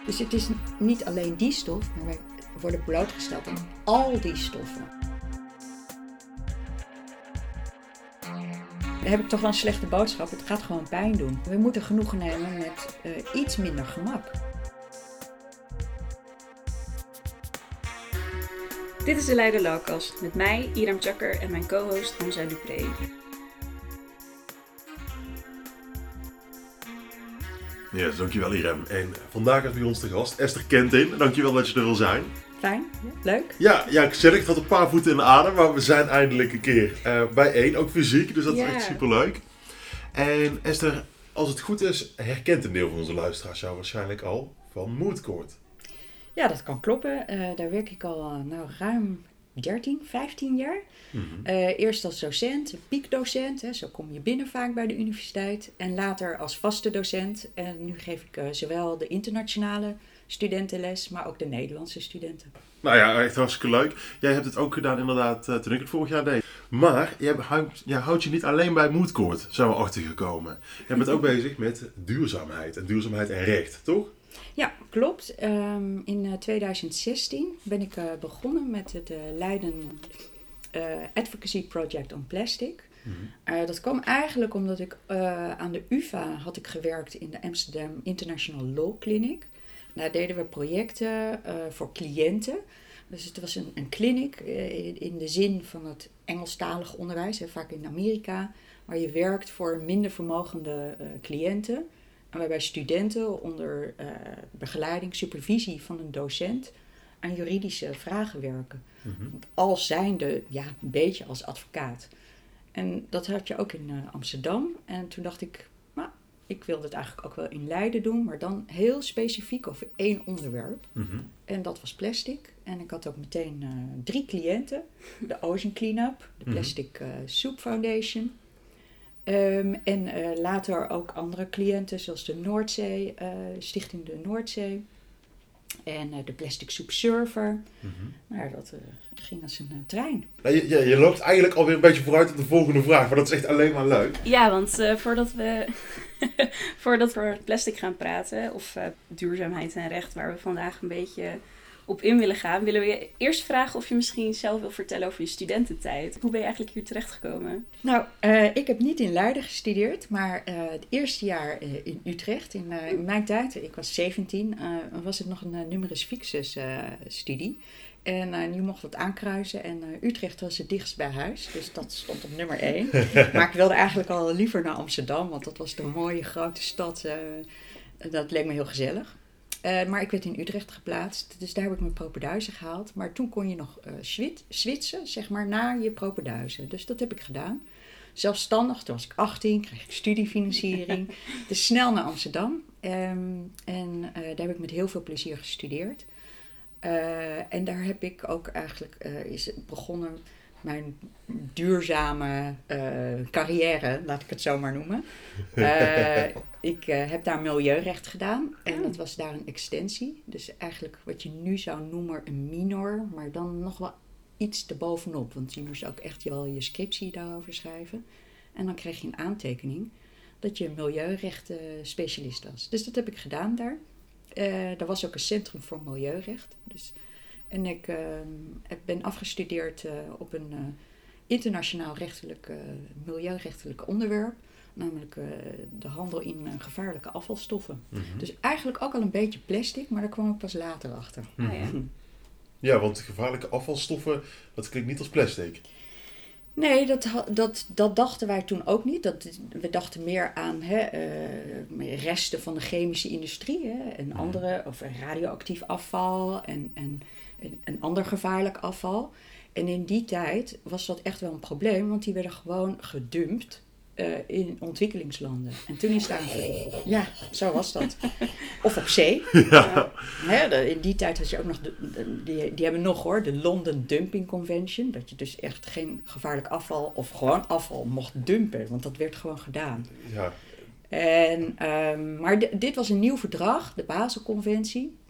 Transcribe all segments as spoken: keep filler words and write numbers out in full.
Dus het is niet alleen die stof, maar wij worden blootgesteld aan al die stoffen. Dan heb ik toch wel een slechte boodschap. Het gaat gewoon pijn doen. We moeten genoegen nemen met uh, iets minder gemak. Dit is de Leiden Lawcast met mij, Iram Tjakker en mijn co-host Hamza Dupré. Ja, yes, dankjewel Iram. En vandaag is bij ons de gast Esther Kentin. Dankjewel dat je er wil zijn. Fijn, leuk. Ja, ja, gezellig. Het had een paar voeten in de adem, maar we zijn eindelijk een keer uh, bijeen, ook fysiek. Dus dat ja. is echt superleuk. En Esther, als het goed is, herkent een deel van onze luisteraars jou waarschijnlijk al van Mood Court. Ja, dat kan kloppen. Uh, daar werk ik al uh, nou, ruim dertien, vijftien jaar. Mm-hmm. Uh, eerst als docent, piekdocent. Hè, zo kom je binnen vaak bij de universiteit. En later als vaste docent. En nu geef ik uh, zowel de internationale studentenles, maar ook de Nederlandse studenten. Nou ja, echt hartstikke leuk. Jij hebt het ook gedaan inderdaad uh, toen ik het vorig jaar deed. Maar je houdt, je houdt je niet alleen bij Mood Court, zijn we achtergekomen. Je bent ook bezig met duurzaamheid en duurzaamheid en recht, toch? Ja, klopt. Um, in uh, twintig zestien ben ik uh, begonnen met het uh, Leiden uh, Advocacy Project on Plastic. Mm-hmm. Uh, dat kwam eigenlijk omdat ik uh, aan de U vA had ik gewerkt in de Amsterdam International Law Clinic. Daar deden we projecten uh, voor cliënten. Dus het was een, een clinic uh, in, in de zin van het Engelstalig onderwijs, hè, vaak in Amerika, waar je werkt voor minder vermogende uh, cliënten. En waarbij studenten onder uh, begeleiding, supervisie van een docent aan juridische vragen werken. Mm-hmm. Al zijnde, ja, een beetje als advocaat. En dat had je ook in uh, Amsterdam. En toen dacht ik, nou, ik wilde het eigenlijk ook wel in Leiden doen, maar dan heel specifiek over één onderwerp. Mm-hmm. En dat was plastic. En ik had ook meteen uh, drie cliënten. De Ocean Cleanup, de Plastic uh, Soup Foundation. Um, en uh, later ook andere cliënten, zoals de Noordzee, uh, Stichting de Noordzee. En uh, de Plastic Soup Server. Mm-hmm. Nou, dat uh, ging als een uh, trein. Nou, je, je, je loopt eigenlijk alweer een beetje vooruit op de volgende vraag, maar dat is echt alleen maar leuk. Ja, want uh, voordat we voordat we over plastic gaan praten, of uh, duurzaamheid en recht, waar we vandaag een beetje op in willen gaan, willen we je eerst vragen of je misschien zelf wil vertellen over je studententijd. Hoe ben je eigenlijk hier terechtgekomen? Nou, uh, ik heb niet in Leiden gestudeerd, maar uh, het eerste jaar uh, in Utrecht. In, uh, in mijn tijd, ik was zeventien, uh, was het nog een uh, numerus fixus uh, studie. En uh, je mocht dat aankruisen en uh, Utrecht was het dichtst bij huis, dus dat stond op nummer één. Maar ik wilde eigenlijk al liever naar Amsterdam, want dat was de mooie grote stad. Uh, dat leek me heel gezellig. Uh, maar ik werd in Utrecht geplaatst, dus daar heb ik mijn propeduizen gehaald. Maar toen kon je nog uh, swit, switchen, zeg maar, naar je propeduizen. Dus dat heb ik gedaan. Zelfstandig, toen was ik achttien, kreeg ik studiefinanciering. Dus snel naar Amsterdam. Um, en uh, daar heb ik met heel veel plezier gestudeerd. Uh, en daar heb ik ook eigenlijk uh, is begonnen mijn duurzame uh, carrière, laat ik het zo maar noemen. Uh, ik uh, heb daar milieurecht gedaan en dat was daar een extensie. Dus eigenlijk wat je nu zou noemen een minor, maar dan nog wel iets erbovenop. Want je moest ook echt wel je scriptie daarover schrijven. En dan kreeg je een aantekening dat je milieurecht uh, specialist was. Dus dat heb ik gedaan daar. Uh, er was ook een centrum voor milieurecht. Dus, en ik uh, ben afgestudeerd uh, op een uh, internationaal rechtelijk, uh, milieurechtelijk onderwerp. Namelijk uh, de handel in uh, gevaarlijke afvalstoffen. Mm-hmm. Dus eigenlijk ook al een beetje plastic, maar daar kwam ik pas later achter. Mm-hmm. Ah, ja. Ja, want gevaarlijke afvalstoffen, dat klinkt niet als plastic. Nee, dat, dat, dat dachten wij toen ook niet. Dat, we dachten meer aan hè, uh, resten van de chemische industrie. Hè, en andere, of radioactief afval en, en, en, en ander gevaarlijk afval. En in die tijd was dat echt wel een probleem, want die werden gewoon gedumpt uh, in ontwikkelingslanden. En toen is daar... Ja, zo was dat. Of op zee. Ja. Uh, hè, de, in die tijd had je ook nog... De, de, die, die hebben nog hoor, de London Dumping Convention. Dat je dus echt geen gevaarlijk afval of gewoon afval mocht dumpen. Want dat werd gewoon gedaan. Ja. En, um, maar d- dit was een nieuw verdrag, de Baselconventie.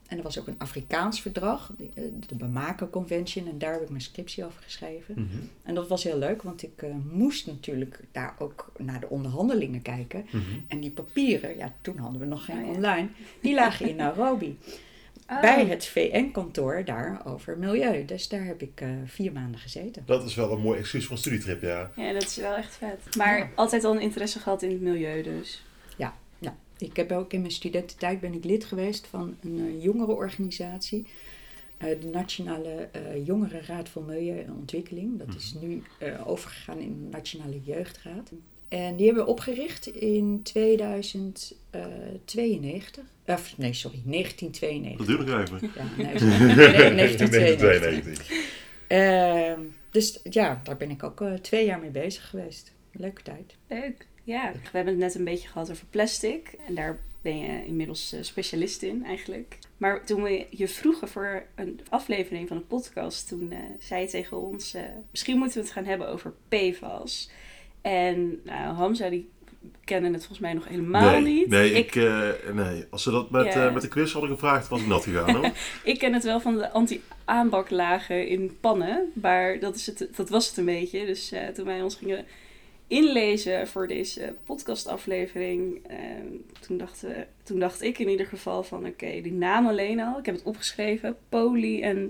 En er was ook een Afrikaans verdrag, de Bamako Convention. En daar heb ik mijn scriptie over geschreven. Mm-hmm. En dat was heel leuk, want ik uh, moest natuurlijk daar ook naar de onderhandelingen kijken. Mm-hmm. En die papieren, ja, toen hadden we nog geen oh, ja. online, die lagen in Nairobi. Oh. Bij het V N-kantoor daar over milieu. Dus daar heb ik uh, vier maanden gezeten. Dat is wel een mooi excuus voor een studietrip, ja. Ja, dat is wel echt vet. Maar ja. altijd al een interesse gehad in het milieu dus. Ja, ja. Ik heb ook in mijn studententijd ben ik lid geweest van een uh, jongerenorganisatie. Uh, de Nationale uh, Jongerenraad voor Milieu en Ontwikkeling. Dat is nu uh, overgegaan in de Nationale Jeugdraad. En die hebben we opgericht in tweeduizend tweeënnegentig. Of nee, sorry, negentien tweeënnegentig. Dat duurt nog even. Ja, nee, nee, negentien tweeënnegentig. Uh, dus ja, daar ben ik ook uh, twee jaar mee bezig geweest. Leuke tijd. Leuk. Ja, we hebben het net een beetje gehad over plastic. En daar ben je inmiddels uh, specialist in eigenlijk. Maar toen we je vroegen voor een aflevering van een podcast, toen uh, zei je tegen ons, uh, misschien moeten we het gaan hebben over P F A S. En nou, Hamza die kennen het volgens mij nog helemaal nee, niet. Nee, ik, ik, uh, nee, als ze dat met, ja. uh, met de quiz hadden gevraagd, was ik nat gegaan hoor. Ik ken het wel van de anti-aanbaklagen in pannen, maar dat, is het, dat was het een beetje. Dus uh, toen wij ons gingen inlezen voor deze podcastaflevering, uh, toen, dachten, toen dacht ik in ieder geval van oké, okay, die naam alleen al, ik heb het opgeschreven, poly- en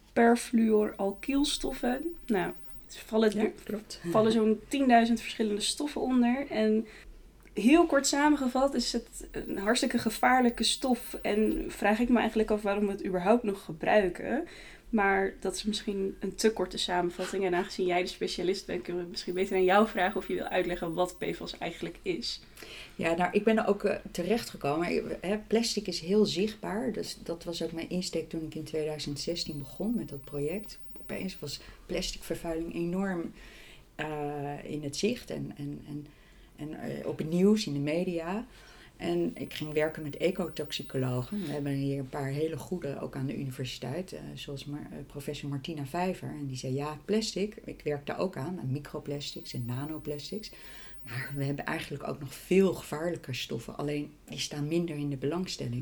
perfluoralkylstoffen. Nou, er vallen, ja, klopt. vallen zo'n tienduizend verschillende stoffen onder. En heel kort samengevat is het een hartstikke gevaarlijke stof. En vraag ik me eigenlijk af waarom we het überhaupt nog gebruiken. Maar dat is misschien een te korte samenvatting. En aangezien jij de specialist bent, kunnen we misschien beter aan jou vragen of je wil uitleggen wat P F A S eigenlijk is. Ja, nou, ik ben er ook uh, terecht gekomen. Hè, plastic is heel zichtbaar. Dus dat was ook mijn insteek toen ik in tweeduizend zestien begon met dat project. Opeens was plasticvervuiling enorm uh, in het zicht en, en, en, en uh, op het nieuws, in de media. En ik ging werken met ecotoxicologen. We hebben hier een paar hele goede ook aan de universiteit, uh, zoals maar, uh, professor Martina Vijver. En die zei, ja, plastic, ik werk daar ook aan, aan microplastics en nanoplastics. Maar we hebben eigenlijk ook nog veel gevaarlijker stoffen, alleen die staan minder in de belangstelling.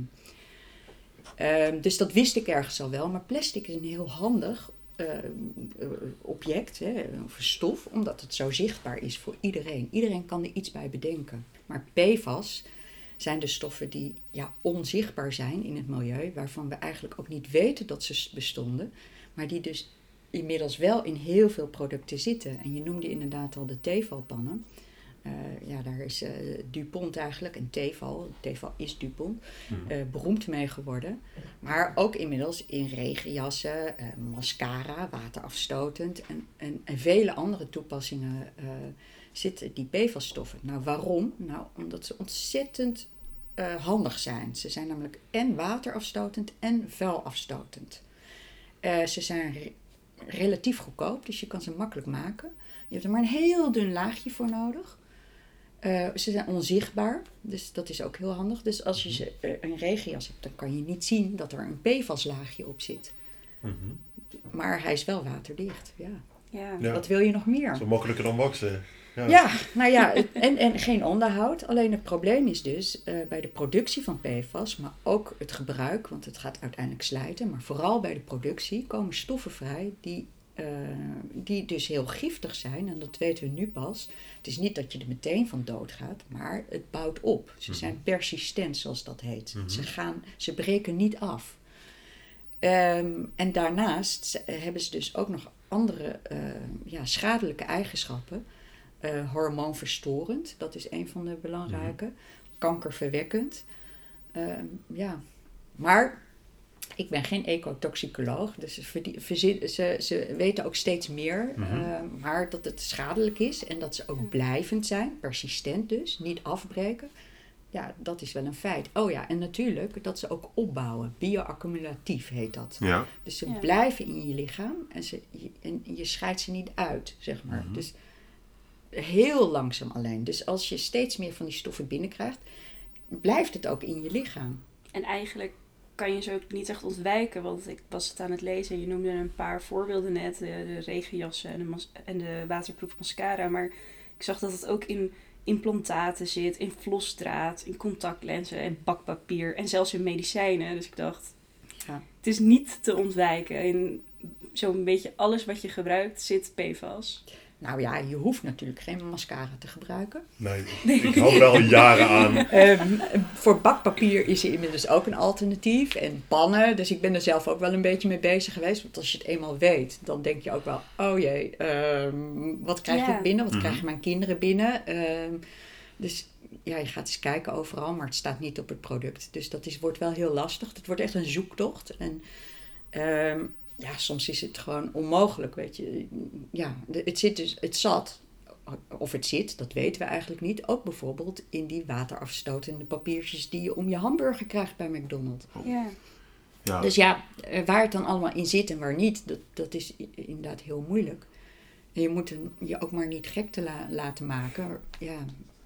Uh, dus dat wist ik ergens al wel, maar plastic is een heel handig Uh, uh, object, hè, of stof, omdat het zo zichtbaar is voor iedereen. Iedereen kan er iets bij bedenken. Maar P F A S zijn de stoffen die ja, onzichtbaar zijn in het milieu, waarvan we eigenlijk ook niet weten dat ze bestonden, maar die dus inmiddels wel in heel veel producten zitten. En je noemde inderdaad al de Tefal-pannen. Uh, ja, daar is uh, DuPont eigenlijk, en Tefal, Tefal is DuPont, uh, beroemd mee geworden. Maar ook inmiddels in regenjassen, uh, mascara, waterafstotend en, en, en vele andere toepassingen uh, zitten die P F A S-stoffen. Nou, waarom? Nou, omdat ze ontzettend uh, handig zijn. Ze zijn namelijk en waterafstotend en vuilafstotend. Uh, ze zijn re- relatief goedkoop, dus je kan ze makkelijk maken. Je hebt er maar een heel dun laagje voor nodig. Uh, ze zijn onzichtbaar, dus dat is ook heel handig. Dus als je ze, uh, een regenjas hebt, dan kan je niet zien dat er een P F A S-laagje op zit. Mm-hmm. Maar hij is wel waterdicht, ja. Ja. Ja. Wat wil je nog meer? Zo makkelijker dan waksen. Ja, ja nou ja, en, en geen onderhoud. Alleen het probleem is dus uh, bij de productie van P F A S, maar ook het gebruik, want het gaat uiteindelijk slijten. Maar vooral bij de productie komen stoffen vrij die... Uh, die dus heel giftig zijn, en dat weten we nu pas. Het is niet dat je er meteen van doodgaat, maar het bouwt op. Ze mm-hmm. zijn persistent, zoals dat heet. Mm-hmm. Ze, gaan, ze breken niet af. Um, en daarnaast hebben ze dus ook nog andere uh, ja, schadelijke eigenschappen. Uh, hormoonverstorend, dat is een van de belangrijke. Mm-hmm. Kankerverwekkend. Uh, ja, maar... Ik ben geen ecotoxicoloog, dus ze, ze, ze weten ook steeds meer, mm-hmm. uh, maar dat het schadelijk is en dat ze ook blijvend zijn, persistent dus, niet afbreken. Ja, dat is wel een feit. Oh ja, en natuurlijk dat ze ook opbouwen, bioaccumulatief heet dat. Ja. Dus ze ja. blijven in je lichaam en, ze, je, en je scheidt ze niet uit, zeg maar. Mm-hmm. Dus heel langzaam alleen. Dus als je steeds meer van die stoffen binnenkrijgt, blijft het ook in je lichaam. En eigenlijk... kan je ze ook niet echt ontwijken, want ik was het aan het lezen. Je noemde een paar voorbeelden net, de, de regenjassen en de, mas- en de waterproof mascara. Maar ik zag dat het ook in implantaten zit, in vlosdraad, in contactlenzen en bakpapier en zelfs in medicijnen. Dus ik dacht, Ja. Het is niet te ontwijken. In zo'n beetje alles wat je gebruikt zit P F A S. Nou ja, je hoeft natuurlijk geen mascara te gebruiken. Nee, ik hou er al jaren aan. Um, voor bakpapier is er inmiddels ook een alternatief. En pannen, dus ik ben er zelf ook wel een beetje mee bezig geweest. Want als je het eenmaal weet, dan denk je ook wel... Oh jee, um, wat krijg Ja. ik binnen? Wat Mm-hmm. krijgen mijn kinderen binnen? Um, dus ja, je gaat eens kijken overal, maar het staat niet op het product. Dus dat is, wordt wel heel lastig. Het wordt echt een zoektocht. En... Um, Ja, soms is het gewoon onmogelijk, weet je. Ja, het zit dus, het zat, of het zit, dat weten we eigenlijk niet. Ook bijvoorbeeld in die waterafstotende papiertjes die je om je hamburger krijgt bij McDonald's. Ja. Ja, Dus ja, waar het dan allemaal in zit en waar niet, dat, dat is inderdaad heel moeilijk. En je moet je ook maar niet gek te la- laten maken. Ja,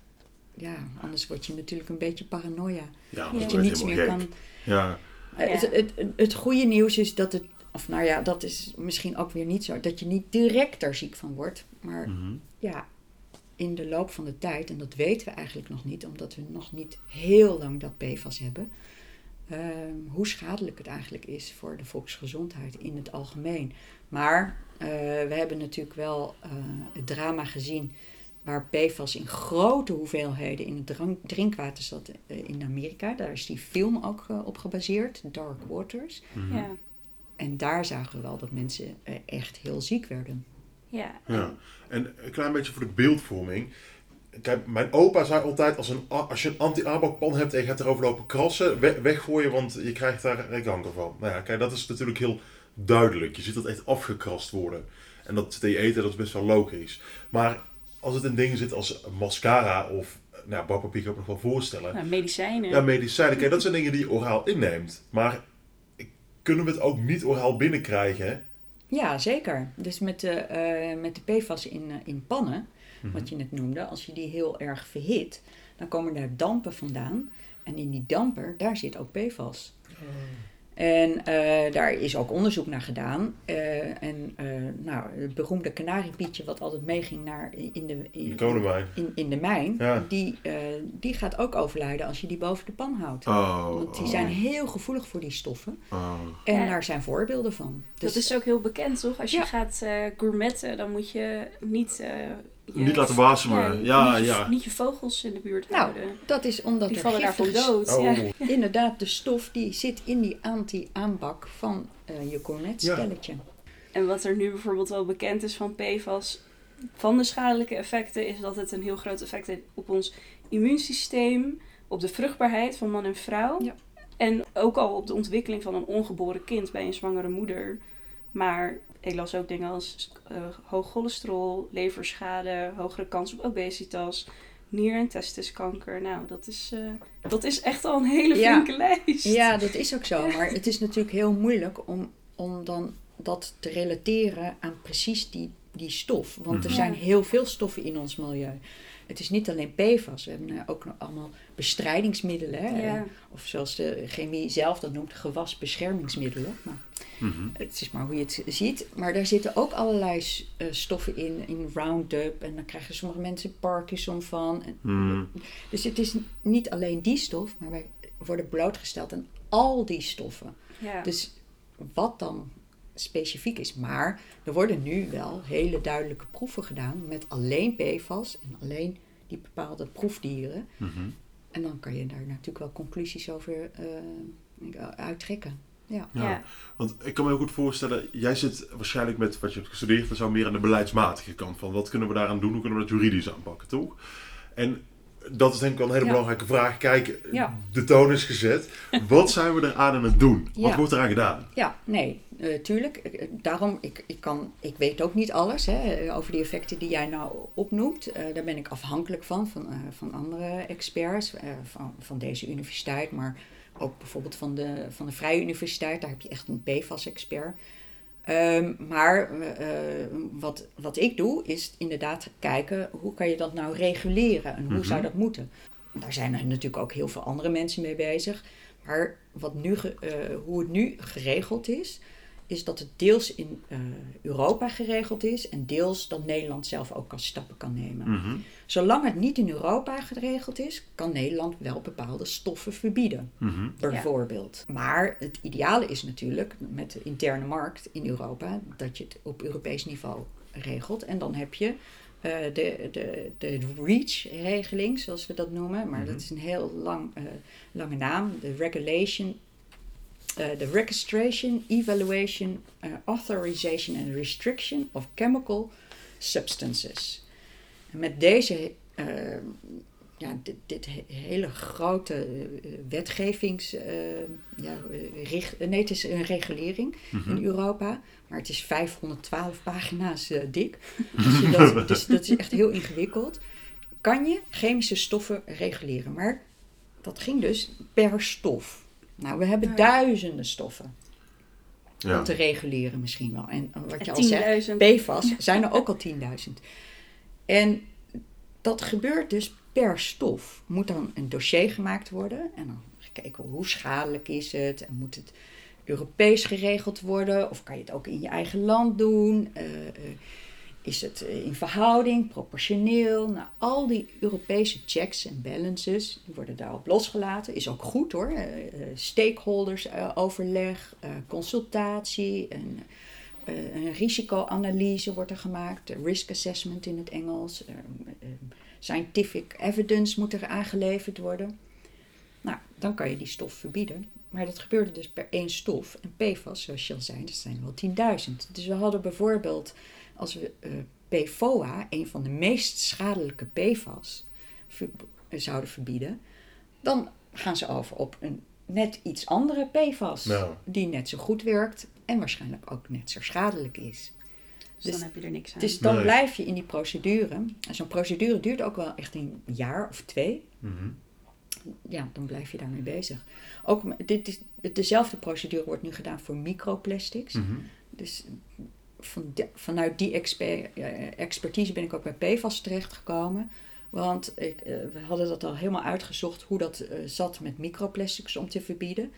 ja, anders word je natuurlijk een beetje paranoia. ja, Ja. dat Dat je wordt niets meer helemaal kan... gek. Ja, Uh, Ja. Het, het, het goede nieuws is dat het, of nou ja, dat is misschien ook weer niet zo, dat je niet direct daar ziek van wordt. Maar mhm. ja, in de loop van de tijd, en dat weten we eigenlijk nog niet, omdat we nog niet heel lang dat P F A S hebben, uh, hoe schadelijk het eigenlijk is voor de volksgezondheid in het algemeen. Maar uh, we hebben natuurlijk wel uh, het drama gezien waar P F A S in grote hoeveelheden in het drank, drinkwater zat uh, in Amerika. Daar is die film ook uh, op gebaseerd, Dark Waters. Mhm. Ja. En daar zagen we wel dat mensen uh, echt heel ziek werden. Ja. Ja, en een klein beetje voor de beeldvorming. Kijk, mijn opa zei altijd, als, een, als je een anti-aanbakpan hebt en je gaat erover lopen krassen, we, weggooien, want je krijgt daar er kanker van. Nou ja, kijk, dat is natuurlijk heel duidelijk. Je ziet dat echt afgekrast worden. En dat te eten, dat is best wel logisch. Maar als het in dingen zit als mascara of, nou, bakpapier kan ik me nog wel voorstellen. Nou, medicijnen. Ja, medicijnen, kijk, dat zijn dingen die je oraal inneemt. Maar kunnen we het ook niet oraal binnenkrijgen, hè? Ja, zeker. Dus met de, uh, met de P F A S in, uh, in pannen, Mhm. wat je net noemde, als je die heel erg verhit, dan komen daar dampen vandaan. En in die damper, daar zit ook P F A S. Oh. En uh, daar is ook onderzoek naar gedaan. Uh, en uh, nou, het beroemde kanariepietje wat altijd meeging naar in de, in, De kolenmijn. in, in de mijn, Ja. die, uh, die gaat ook overlijden als je die boven de pan houdt. Oh, Want die oh, zijn heel gevoelig voor die stoffen. oh. En Ja. daar zijn voorbeelden van. Dus, Dat is ook heel bekend, toch? Als je Ja. gaat uh, gourmetten, dan moet je niet... Uh, je, Niet laten wasemen. Ja, niet, ja. Je, niet je vogels in de buurt nou, houden. dat is omdat Die er vallen daarvoor giftig dood. Oh. Ja. Inderdaad, de stof die zit in die anti-aanbak van uh, je gourmetstelletje. En wat er nu bijvoorbeeld wel bekend is van P F A S, van de schadelijke effecten, is dat het een heel groot effect heeft op ons immuunsysteem, op de vruchtbaarheid van man en vrouw. Ja. En ook al op de ontwikkeling van een ongeboren kind bij een zwangere moeder. Maar ik las ook dingen als uh, hoog cholesterol, leverschade, hogere kans op obesitas, nier- en testiskanker. Nou, dat is, uh, dat is echt al een hele Ja. flinke lijst. Ja, dat is ook zo. Maar het is natuurlijk heel moeilijk om, om dan dat te relateren aan precies die, die stof. Want er Mhm. zijn Ja. heel veel stoffen in ons milieu. Het is niet alleen P F A S. We hebben uh, ook nog allemaal bestrijdingsmiddelen. Hè? Ja. Of zoals de chemie zelf dat noemt, gewasbeschermingsmiddelen. Nou, Mhm. het is maar hoe je het ziet. Maar daar zitten ook allerlei uh, stoffen in, in Roundup. En dan krijgen sommige mensen Parkinson van. En, Mhm. dus het is niet alleen die stof, maar wij worden blootgesteld aan al die stoffen. Ja. Dus wat dan specifiek is. Maar er worden nu wel hele duidelijke proeven gedaan met alleen P F A S en alleen die bepaalde proefdieren. Mhm. En dan kan je daar natuurlijk wel conclusies over uh, uittrekken. Ja. Ja. Ja. Want ik kan me heel goed voorstellen, jij zit waarschijnlijk met wat je hebt gestudeerd, dan zou meer aan de beleidsmatige kant van wat kunnen we daaraan doen, hoe kunnen we dat juridisch aanpakken, toch? En dat is denk ik wel een hele Ja. belangrijke vraag. Kijk, Ja. de toon is gezet. Wat zijn we eraan aan het doen? Wat Ja. wordt eraan gedaan? Ja, nee, uh, tuurlijk. Uh, daarom, ik, ik, kan, ik weet ook niet alles hè, over die effecten die jij nou opnoemt. Uh, daar ben ik afhankelijk van, van, uh, van andere experts, uh, van, van deze universiteit, maar ook bijvoorbeeld van de, van de Vrije Universiteit. Daar heb je echt een P F A S-expert. Um, maar uh, wat, wat ik doe, is inderdaad kijken hoe kan je dat nou reguleren en hoe Mm-hmm. zou dat moeten. Daar zijn er natuurlijk ook heel veel andere mensen mee bezig. Maar wat nu, uh, hoe het nu geregeld is, is dat het deels in uh, Europa geregeld is en deels dat Nederland zelf ook kan stappen kan nemen. Mm-hmm. Zolang het niet in Europa geregeld is, kan Nederland wel bepaalde stoffen verbieden. Mm-hmm. Bijvoorbeeld. Ja. Maar het ideale is natuurlijk met de interne markt in Europa dat je het op Europees niveau regelt. En dan heb je uh, de, de, de REACH-regeling, zoals we dat noemen. Maar mm-hmm. dat is een heel lang, uh, lange naam. De Regulation, uh, the Registration, Evaluation, uh, Authorization and Restriction of Chemical Substances. En met deze, uh, ja, dit, dit hele grote uh, wetgevings, uh, ja, richt, nee, het is een regulering mm-hmm. in Europa, maar het is vijfhonderdtwaalf pagina's uh, dik. Dus, je dat, dus dat is echt heel ingewikkeld. Kan je chemische stoffen reguleren, maar dat ging dus per stof. Nou, we hebben ja. duizenden stoffen. Ja. Om te reguleren misschien wel. En wat je al zegt, P F A S zijn er ook al tienduizend. En dat gebeurt dus per stof. Moet dan een dossier gemaakt worden. En dan gekeken hoe schadelijk is het. En moet het Europees geregeld worden. Of kan je het ook in je eigen land doen. Uh, uh, is het in verhouding, proportioneel. Nou, al die Europese checks en balances die worden daarop losgelaten. Is ook goed hoor. Uh, uh, stakeholders uh, overleg, uh, consultatie en... Uh, een risicoanalyse wordt er gemaakt, risk assessment in het Engels, uh, uh, scientific evidence moet er aangeleverd worden. Nou, dan kan je die stof verbieden. Maar dat gebeurde dus per één stof. En P F A S, zoals je al zei, dat zijn wel tienduizend. Dus we hadden bijvoorbeeld, als we uh, P F O A, een van de meest schadelijke P F A S, ver, uh, zouden verbieden, dan gaan ze over op een net iets andere P F A S, no. die net zo goed werkt en waarschijnlijk ook net zo schadelijk is. Dus, dus dan heb je er niks aan. Dus dan nee. blijf je in die procedure. En zo'n procedure duurt ook wel echt een jaar of twee. Mm-hmm. Ja, dan blijf je daarmee bezig. Ook dit is, dezelfde procedure wordt nu gedaan voor microplastics. Mm-hmm. Dus van de, vanuit die exper, uh, expertise ben ik ook bij P F A S terechtgekomen. Want ik, uh, we hadden dat al helemaal uitgezocht hoe dat uh, zat met microplastics om te verbieden.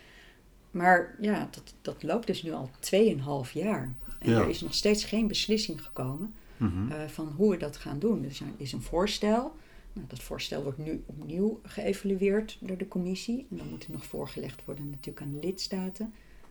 Maar ja, dat, dat loopt dus nu al tweeënhalf jaar. En ja. er is nog steeds geen beslissing gekomen mm-hmm. uh, van hoe we dat gaan doen. Dus er is een voorstel. Nou, dat voorstel wordt nu opnieuw geëvalueerd door de commissie. En dan moet het nog voorgelegd worden natuurlijk aan de lidstaten.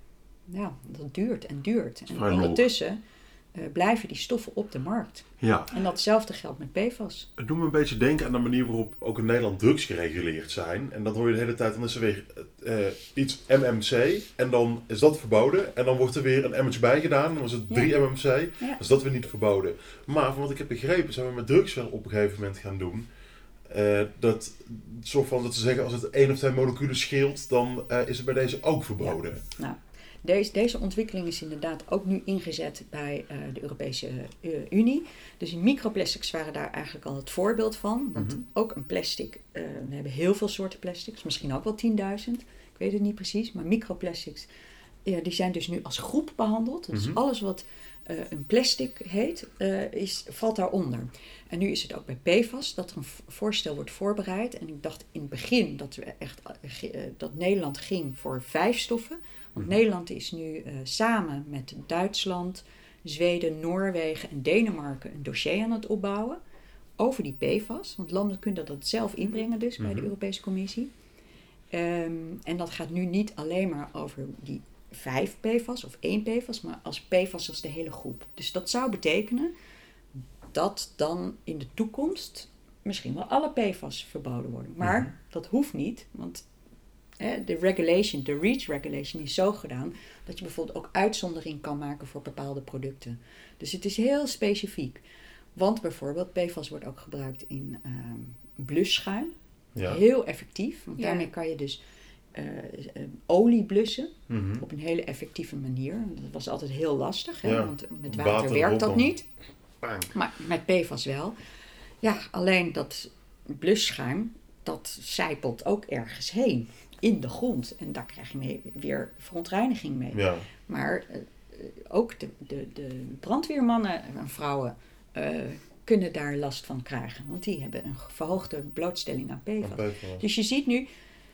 Ja, dat duurt en duurt. En ondertussen uh, blijven die stoffen op de markt. Ja. En datzelfde geldt met P F A S. Het doet me een beetje denken aan de manier waarop ook in Nederland drugs gereguleerd zijn. En dan hoor je de hele tijd, dan is er weer uh, iets M M C en dan is dat verboden. En dan wordt er weer een M'tje bij gedaan, dan was het drie ja. M M C. Ja. Dus dat weer niet verboden. Maar van wat ik heb begrepen zijn we met drugs wel op een gegeven moment gaan doen. Uh, dat, soort van, dat ze zeggen als het één of twee moleculen scheelt, dan uh, is het bij deze ook verboden. Ja. Nou. Deze, deze ontwikkeling is inderdaad ook nu ingezet bij uh, de Europese uh, Unie. Dus die microplastics waren daar eigenlijk al het voorbeeld van. Want mm-hmm. ook een plastic, uh, we hebben heel veel soorten plastics, misschien ook wel tienduizend. Ik weet het niet precies, maar microplastics, ja, die zijn dus nu als groep behandeld. Dus mm-hmm. alles wat uh, een plastic heet, uh, is, valt daaronder. En nu is het ook bij P F A S dat er een voorstel wordt voorbereid. En ik dacht in het begin dat, we echt, uh, dat Nederland ging voor vijf stoffen. Want mm-hmm. Nederland is nu uh, samen met Duitsland, Zweden, Noorwegen en Denemarken een dossier aan het opbouwen over die P F A S. Want landen kunnen dat zelf inbrengen dus mm-hmm. bij de Europese Commissie. Um, en dat gaat nu niet alleen maar over die vijf P F A S of één P F A S, maar als P F A S als de hele groep. Dus dat zou betekenen dat dan in de toekomst misschien wel alle P F A S verboden worden. Maar mm-hmm. dat hoeft niet, want de regulation, de REACH regulation is zo gedaan dat je bijvoorbeeld ook uitzondering kan maken voor bepaalde producten. Dus het is heel specifiek. Want bijvoorbeeld P F A S wordt ook gebruikt in um, blusschuim. Ja. Heel effectief, want ja. daarmee kan je dus uh, uh, olie blussen mm-hmm. op een hele effectieve manier. Dat was altijd heel lastig, hè? Ja. Want met water, water werkt dat niet. Bang. Maar met P F A S wel. Ja, alleen dat blusschuim, dat sijpelt ook ergens heen. In de grond. En daar krijg je mee, weer verontreiniging mee. Ja. Maar uh, ook de, de, de brandweermannen en vrouwen uh, kunnen daar last van krijgen. Want die hebben een verhoogde blootstelling aan P F A S. Dus je ziet nu,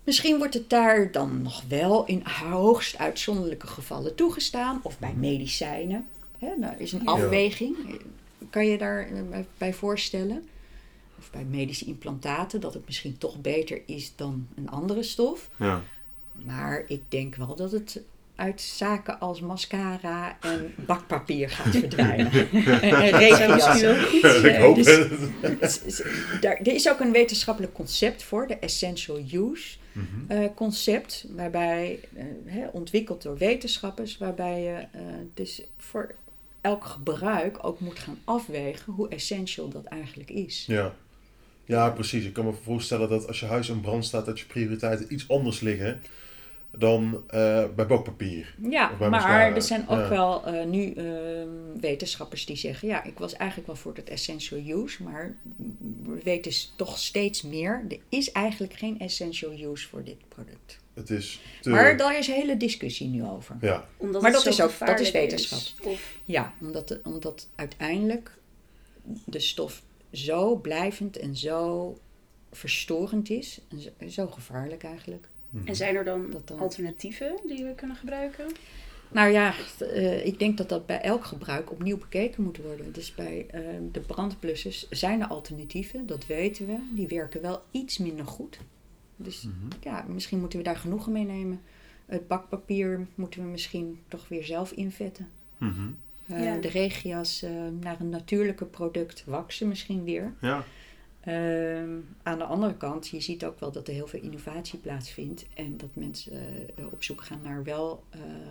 Misschien wordt het daar dan nog wel in hoogst uitzonderlijke gevallen toegestaan. Of bij medicijnen. Hè, daar is een Ja. afweging. Kan je daar eh, bij voorstellen? Of bij medische implantaten. Dat het misschien toch beter is dan een andere stof. Ja. Maar ik denk wel dat het uit zaken als mascara en bakpapier gaat verdwijnen. en en regenjassen. wel goed. Ik hoop dus- het. Het is- daar, er is ook een wetenschappelijk concept voor, de essential use Mhm. eh, concept, waarbij eh, hè, ontwikkeld door wetenschappers, waarbij je eh, dus voor elk gebruik ook moet gaan afwegen hoe essential dat eigenlijk is. Ja. Ja, precies. Ik kan me voorstellen dat als je huis in brand staat, dat je prioriteiten iets anders liggen dan eh, bij bakpapier. Ja, Of bij maar mascara. er zijn ook Ja. wel eh, nu eh, wetenschappers die zeggen, ja, ik was eigenlijk wel voor het essential use, maar we weten s- toch steeds meer, er is eigenlijk geen essential use voor dit product. Het is te... Maar daar is een hele discussie nu over. Ja. Omdat Maar het dat zo is ook- dat is gevaarlijk wetenschap. Of, Ja, omdat, de- omdat uiteindelijk de stof zo blijvend en zo verstorend is, en zo, zo gevaarlijk eigenlijk. Mhm. en zijn er dan Dat dan- alternatieven die we kunnen gebruiken? Nou ja, eh, ik denk dat dat bij elk gebruik opnieuw bekeken moet worden. Dus bij eh, de brandblussers zijn er alternatieven, dat weten we. Die werken wel iets minder goed. Dus Mhm. ja, misschien moeten we daar genoegen mee nemen. Het bakpapier moeten we misschien toch weer zelf invetten. Mhm. Eh, Ja. De regia's eh, naar een natuurlijke product waksen misschien weer. Ja. Ehm, aan de andere kant, je ziet ook wel dat er heel veel innovatie plaatsvindt. En dat mensen eh, op zoek gaan naar wel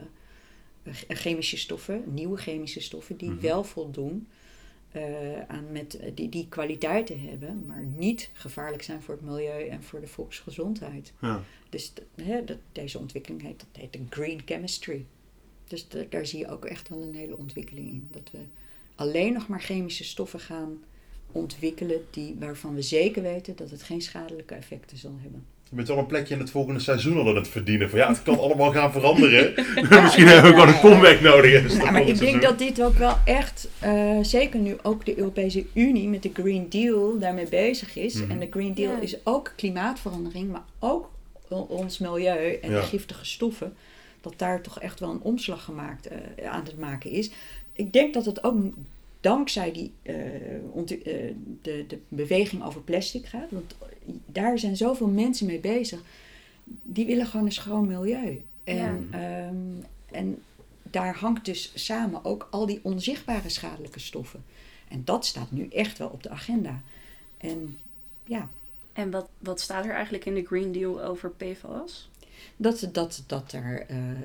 eh, ch- chemische stoffen, nieuwe chemische stoffen, die Mhm. wel voldoen eh, aan met, die, die kwaliteiten hebben, maar niet gevaarlijk zijn voor het milieu en voor de volksgezondheid. Ja. Dus t- hè, dat, deze ontwikkeling heet, dat heet de green chemistry. Dus da- daar zie je ook echt wel een hele ontwikkeling in. Dat we alleen nog maar chemische stoffen gaan ontwikkelen die, waarvan we zeker weten dat het geen schadelijke effecten zal hebben. Je bent wel een plekje in het volgende seizoen al aan het verdienen. Van ja, het kan allemaal gaan veranderen. Misschien hebben we gewoon een comeback nodig. in het Ja, maar volgende ik denk seizoen. dat dit ook wel echt, eh, zeker nu ook de Europese Unie met de Green Deal daarmee bezig is. Mhm. En de Green Deal Ja. is ook klimaatverandering, maar ook o- ons milieu en Ja. de giftige stoffen. Dat daar toch echt wel een omslag gemaakt eh, aan het maken is. Ik denk dat het ook dankzij die, eh, ont- eh, de, de beweging over plastic gaat. Want daar zijn zoveel mensen mee bezig. Die willen gewoon een schoon milieu. En, ehm, en daar hangt dus samen ook al die onzichtbare schadelijke stoffen. En dat staat nu echt wel op de agenda. En ja, En wat, wat staat er eigenlijk in de Green Deal over P F A S? dat, dat, dat er eh, eh,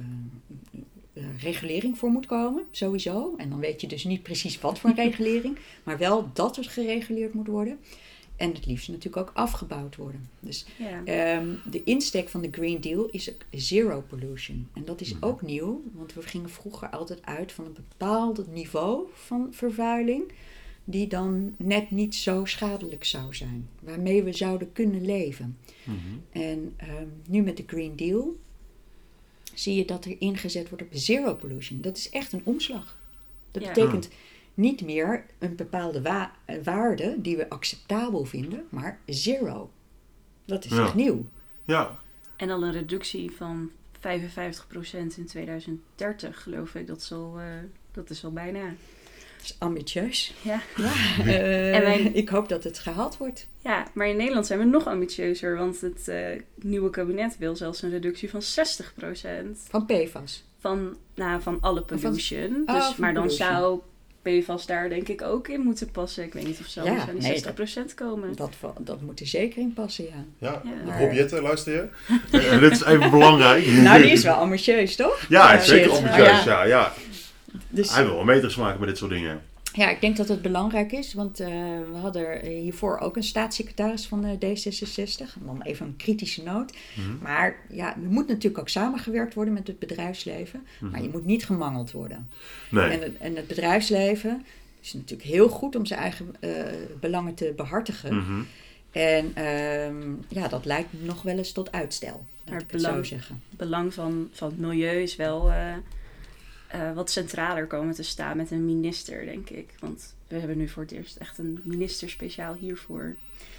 eh, regulering voor moet komen, sowieso. En dan weet je dus niet precies wat voor een regulering, maar wel dat het gereguleerd moet worden. En het liefst natuurlijk ook afgebouwd worden. Dus Ja. Ehm, de insteek van de Green Deal is ook zero pollution. En dat is Mhm. ook nieuw, want we gingen vroeger altijd uit van een bepaald niveau van vervuiling, die dan net niet zo schadelijk zou zijn, waarmee we zouden kunnen leven. Mhm. En ehm, nu met de Green Deal zie je dat er ingezet wordt op zero pollution. Dat is echt een omslag. Dat Ja. betekent niet meer een bepaalde wa- eh, waarde die we acceptabel vinden, maar zero. Dat is Ja. echt nieuw. Ja. En dan een reductie van vijfenvijftig procent in tweeduizend dertig, geloof ik. Dat is al, eh, dat is al bijna. Dat is ambitieus. Ja. Ja, eh, En wij- ik hoop dat het gehaald wordt. Ja, maar in Nederland zijn we nog ambitieuzer. Want het eh, nieuwe kabinet wil zelfs een reductie van zestig procent. Van P F A S. Van, nou, van alle pollution. Oh, dus, van maar dan pollution. zou P F A S daar denk ik ook in moeten passen. Ik weet niet of ze Ja, anders aan die nee, zestig procent komen. Dat, va- dat moet er zeker in passen, ja. Ja. Ja. Rob Jetten, luister je? Eh, dit is even belangrijk. Nou, die is wel ambitieus, toch? Ja, hij is Ja, zeker shit. ambitieus. Ja. Ja, ja. Dus, Hij wil wel meters maken met dit soort dingen. ja, ik denk dat het belangrijk is, want eh, we hadden hiervoor ook een staatssecretaris van de D zesenzestig. En dan even een kritische noot. Mhm. Maar ja, er moet natuurlijk ook samengewerkt worden met het bedrijfsleven. Mhm. Maar je moet niet gemangeld worden. Nee. En, het, en het bedrijfsleven is natuurlijk heel goed om zijn eigen eh, belangen te behartigen. Mhm. En ehm, ja, dat leidt nog wel eens tot uitstel. Maar Laat het ik het zo belang- zeggen. Het belang van, van het milieu is wel eh, eh, wat centraler komen te staan met een minister, denk ik. Want we hebben nu voor het eerst echt een minister speciaal hiervoor.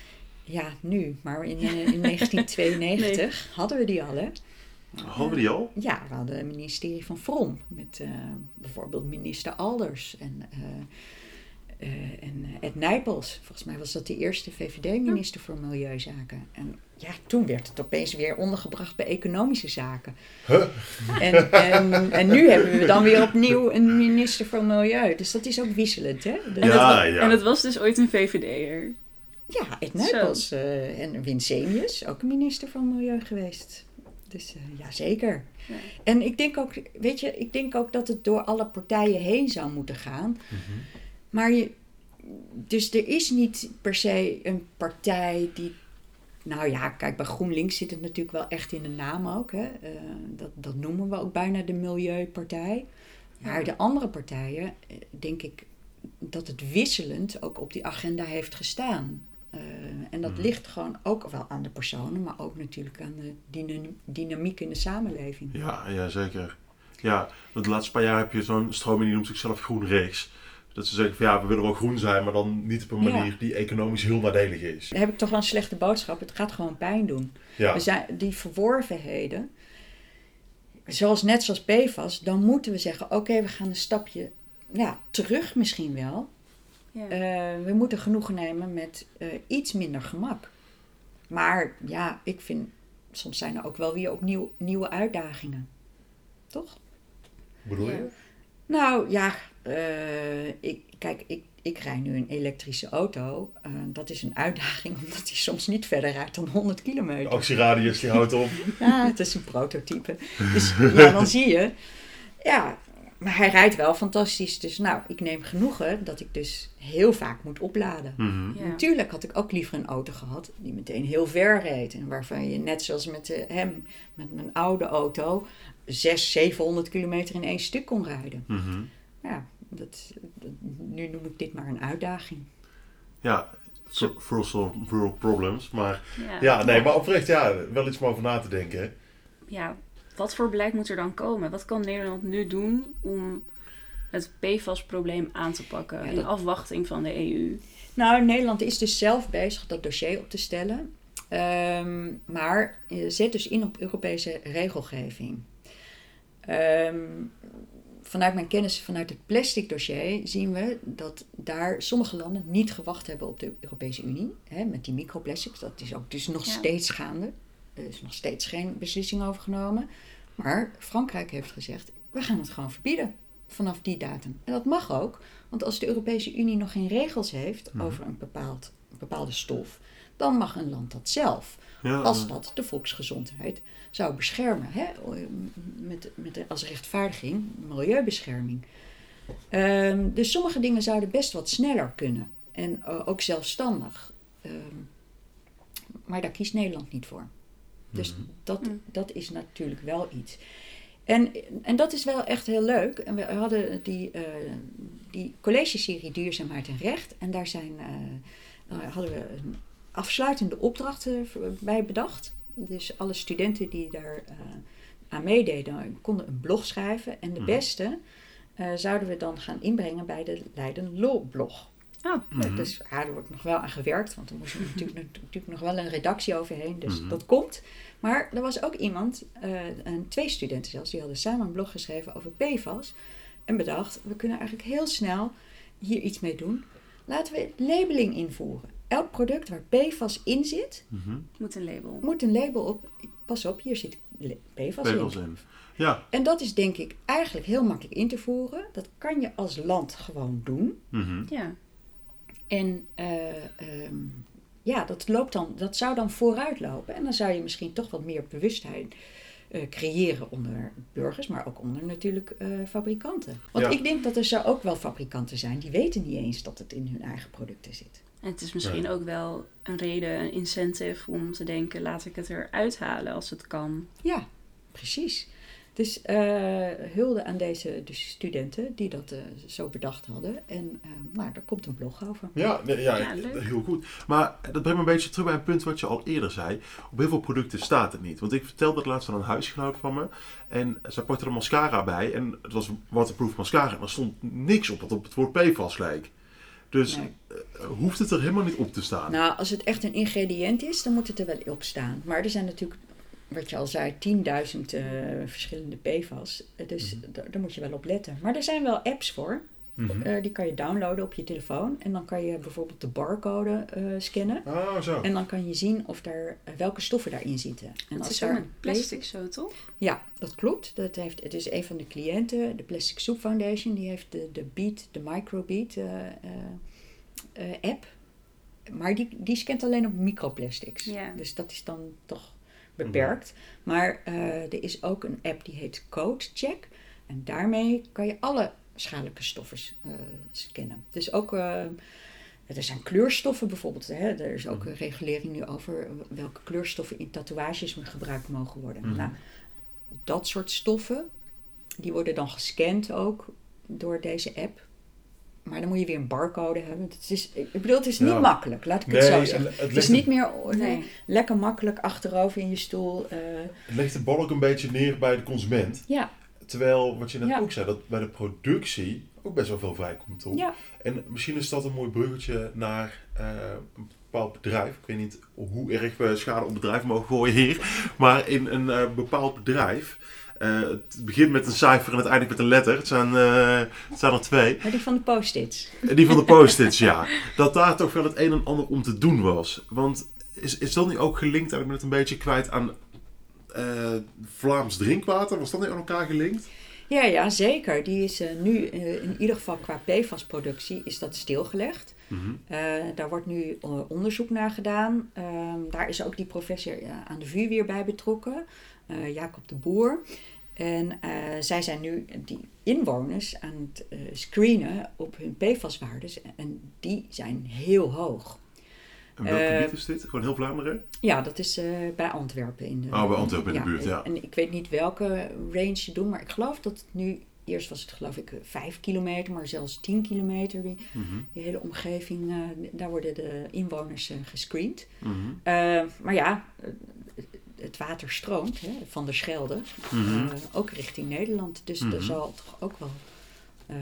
ja, nu, maar in, uh, in negentien tweeënnegentig nee. hadden we die al, hè? Hadden we die al? Uh, ja, we hadden het ministerie van Vrom met uh, bijvoorbeeld minister Alders en, uh, uh, en Ed Nijpels. Volgens mij was dat de eerste V V D-minister voor Milieuzaken. En ja, toen werd het opeens weer ondergebracht bij economische zaken. Huh? En, en, en nu hebben we dan weer opnieuw een minister voor Milieu. Dus dat is ook wisselend, hè? De, en, ja, het, ja. en het was dus ooit een V V D'er. Ja, Ed Nijpels uh, en Winsemius, ook een minister van Milieu geweest. Dus uh, ja, zeker. Ja. En ik denk ook, weet je, ik denk ook dat het door alle partijen heen zou moeten gaan. Mm-hmm. Maar je, dus er is niet per se een partij die, nou ja, kijk, bij GroenLinks zit het natuurlijk wel echt in de naam ook. Hè? Uh, dat, dat noemen we ook bijna de Milieupartij. Maar ja. de andere partijen, denk ik, dat het wisselend ook op die agenda heeft gestaan. Uh, en dat mm. ligt gewoon ook wel aan de personen, maar ook natuurlijk aan de dynam- dynamiek in de samenleving. Ja, ja, zeker. Ja, want de laatste paar jaar heb je zo'n stroming die noemt zichzelf GroenRechts. Dat ze zeggen van ja, we willen wel groen zijn, maar dan niet op een manier ja. die economisch heel nadelig is. Dan heb ik toch wel een slechte boodschap. Het gaat gewoon pijn doen. Ja. We zijn, die verworvenheden, zoals net zoals P F A S, dan moeten we zeggen, oké, okay, we gaan een stapje ja, terug misschien wel. Ja. Uh, we moeten genoegen nemen met uh, iets minder gemak. Maar ja, ik vind, soms zijn er ook wel weer opnieuw nieuwe uitdagingen. Toch? Bedoel je? Ja. Nou ja, uh, ik, kijk, ik, ik rij nu een elektrische auto. Uh, dat is een uitdaging, omdat die soms niet verder rijdt dan honderd kilometer. De actieradius, die houdt op. Ja, het is een prototype. Dus ja, dan zie je, ja... Maar hij rijdt wel fantastisch. Dus nou, ik neem genoegen dat ik dus heel vaak moet opladen. Mm-hmm. Ja. Natuurlijk had ik ook liever een auto gehad die meteen heel ver reed. En waarvan je net zoals met uh, hem, met mijn oude auto, zeshonderd, zevenhonderd kilometer in één stuk kon rijden. Mm-hmm. Ja, dat, dat, nu noem ik dit maar een uitdaging. Ja, first world problems. Maar ja, ja nee, maar oprecht, ja, wel iets om over na te denken. Ja. Wat voor beleid moet er dan komen? Wat kan Nederland nu doen om het P F A S-probleem aan te pakken ja, dat... in afwachting van de E U? Nou, Nederland is dus zelf bezig dat dossier op te stellen. Um, maar zet dus in op Europese regelgeving. Um, vanuit mijn kennis vanuit het plastic dossier zien we dat daar sommige landen niet gewacht hebben op de Europese Unie. Hè, met die microplastics, dat is ook dus nog ja. steeds gaande. Er is nog steeds geen beslissing over genomen. Maar Frankrijk heeft gezegd, we gaan het gewoon verbieden vanaf die datum. En dat mag ook, want als de Europese Unie nog geen regels heeft mm. over een, bepaald, een bepaalde stof, dan mag een land dat zelf. Ja. Als dat de volksgezondheid zou beschermen. Hè? Met, met als rechtvaardiging, milieubescherming. Um, dus sommige dingen zouden best wat sneller kunnen. En uh, ook zelfstandig. Um, maar daar kiest Nederland niet voor. Dus mm-hmm. dat, dat is natuurlijk wel iets. En, en dat is wel echt heel leuk. En we hadden die, uh, die collegeserie Duurzaamheid en Recht. En daar zijn, uh, uh, hadden we een afsluitende opdracht uh, bij bedacht. Dus alle studenten die daar uh, aan meededen konden een blog schrijven. En de mm-hmm. beste uh, zouden we dan gaan inbrengen bij de Leiden Law blog. Oh. Mm-hmm. Dus ja, er wordt nog wel aan gewerkt, want er moest natuurlijk, natuurlijk nog wel een redactie overheen, dus mm-hmm. dat komt. Maar er was ook iemand, uh, een, twee studenten zelfs, die hadden samen een blog geschreven over P F A S. En bedacht, we kunnen eigenlijk heel snel hier iets mee doen. Laten we labeling invoeren. Elk product waar P F A S in zit, mm-hmm. moet een label. Moet een label op. Pas op, hier zit P F A S in. in. Ja. En dat is denk ik eigenlijk heel makkelijk in te voeren. Dat kan je als land gewoon doen. Mm-hmm. Ja. En uh, um, ja, dat, loopt dan, dat zou dan vooruit lopen. En dan zou je misschien toch wat meer bewustheid uh, creëren onder burgers, maar ook onder natuurlijk uh, fabrikanten. Want ja. ik denk dat er zo ook wel fabrikanten zijn die weten niet eens dat het in hun eigen producten zit. En het is misschien ja. ook wel een reden, een incentive om te denken, laat ik het eruit halen als het kan. Ja, precies. Dus uh, hulde aan deze dus studenten die dat uh, zo bedacht hadden. En uh, nou, daar komt een blog over. Ja, ja, ja, heel goed. Maar dat brengt me een beetje terug bij een punt wat je al eerder zei. Op heel veel producten staat het niet. Want ik vertelde het laatst aan een huisgenoot van me. En zij pakte er mascara bij. En het was waterproof mascara. En er stond niks op wat op het woord P F A S leek. Dus Nee. uh, hoeft het er helemaal niet op te staan. Nou, als het echt een ingrediënt is, dan moet het er wel op staan. Maar er zijn natuurlijk, wat je al zei, tienduizend uh, verschillende P F A S. Dus Mhm. d- daar moet je wel op letten. Maar er zijn wel apps voor. Mhm. Uh, die kan je downloaden op je telefoon. En dan kan je bijvoorbeeld de barcode uh, scannen. Oh, zo. En dan kan je zien of daar, uh, welke stoffen daarin zitten. En Het als is daar ook met een plastic zo, toch? Ja, dat klopt. Dat heeft, het is een van de cliënten, de Plastic Soup Foundation. Die heeft de, de Beat, de Microbeat uh, uh, uh, app. Maar die, die scant alleen op microplastics. Ja. Dus dat is dan toch beperkt. Maar uh, er is ook een app die heet Code Check. En daarmee kan je alle schadelijke stoffen uh, scannen. Dus ook, uh, er zijn kleurstoffen bijvoorbeeld. Hè? Er is ook een regulering nu over welke kleurstoffen in tatoeages gebruikt mogen worden. Mm-hmm. Nou, dat soort stoffen, die worden dan gescand ook door deze app. Maar dan moet je weer een barcode hebben. Het is, ik bedoel, het is niet Ja. makkelijk, laat ik Nee, het zo het- zeggen. het Het, is ligt niet een- meer nee, Nee. lekker makkelijk achterover in je stoel. uh, Het legt de bal ook een beetje neer bij de consument. ja, Terwijl, wat je net Ja. ook zei, dat bij de productie ook best wel veel vrijkomt, toch? ja. En misschien is dat een mooi bruggetje naar uh, een bepaald bedrijf. Ik weet niet hoe erg we schade op bedrijf mogen gooien hier. Maar in een uh, bepaald bedrijf. Uh, het begint met een cijfer en het eindigt met een letter. Het zijn, uh, het zijn er twee. Maar die van de post-its. Die van de post-its, ja. Dat daar toch wel het een en ander om te doen was. Want is, is dat niet ook gelinkt, en ik ben het een beetje kwijt, aan uh, Vlaams drinkwater? Was dat niet aan elkaar gelinkt? Ja, ja, zeker. Die is uh, nu uh, in ieder geval qua P F A S-productie is dat stilgelegd. Mm-hmm. Uh, daar wordt nu uh, onderzoek naar gedaan. Uh, daar is ook die professor uh, aan de V U weer bij betrokken. Uh, Jacob de Boer. En uh, zij zijn nu die inwoners aan het uh, screenen op hun P F A S-waardes. En die zijn heel hoog. En welk Uh, gebied is dit? Gewoon heel Vlaanderen? Ja, dat is uh, bij Antwerpen. In de, Oh, bij Antwerpen in ja, de buurt, ja. En, en ik weet niet welke range ze doen, maar ik geloof dat het nu... Eerst was het geloof ik vijf kilometer, maar zelfs tien kilometer. Die, Mm-hmm. die hele omgeving, uh, daar worden de inwoners uh, gescreend. Mm-hmm. Uh, maar ja, het water stroomt hè, van de Schelde, Mm-hmm. uh, ook richting Nederland. Dus Mm-hmm. er zal toch ook wel uh,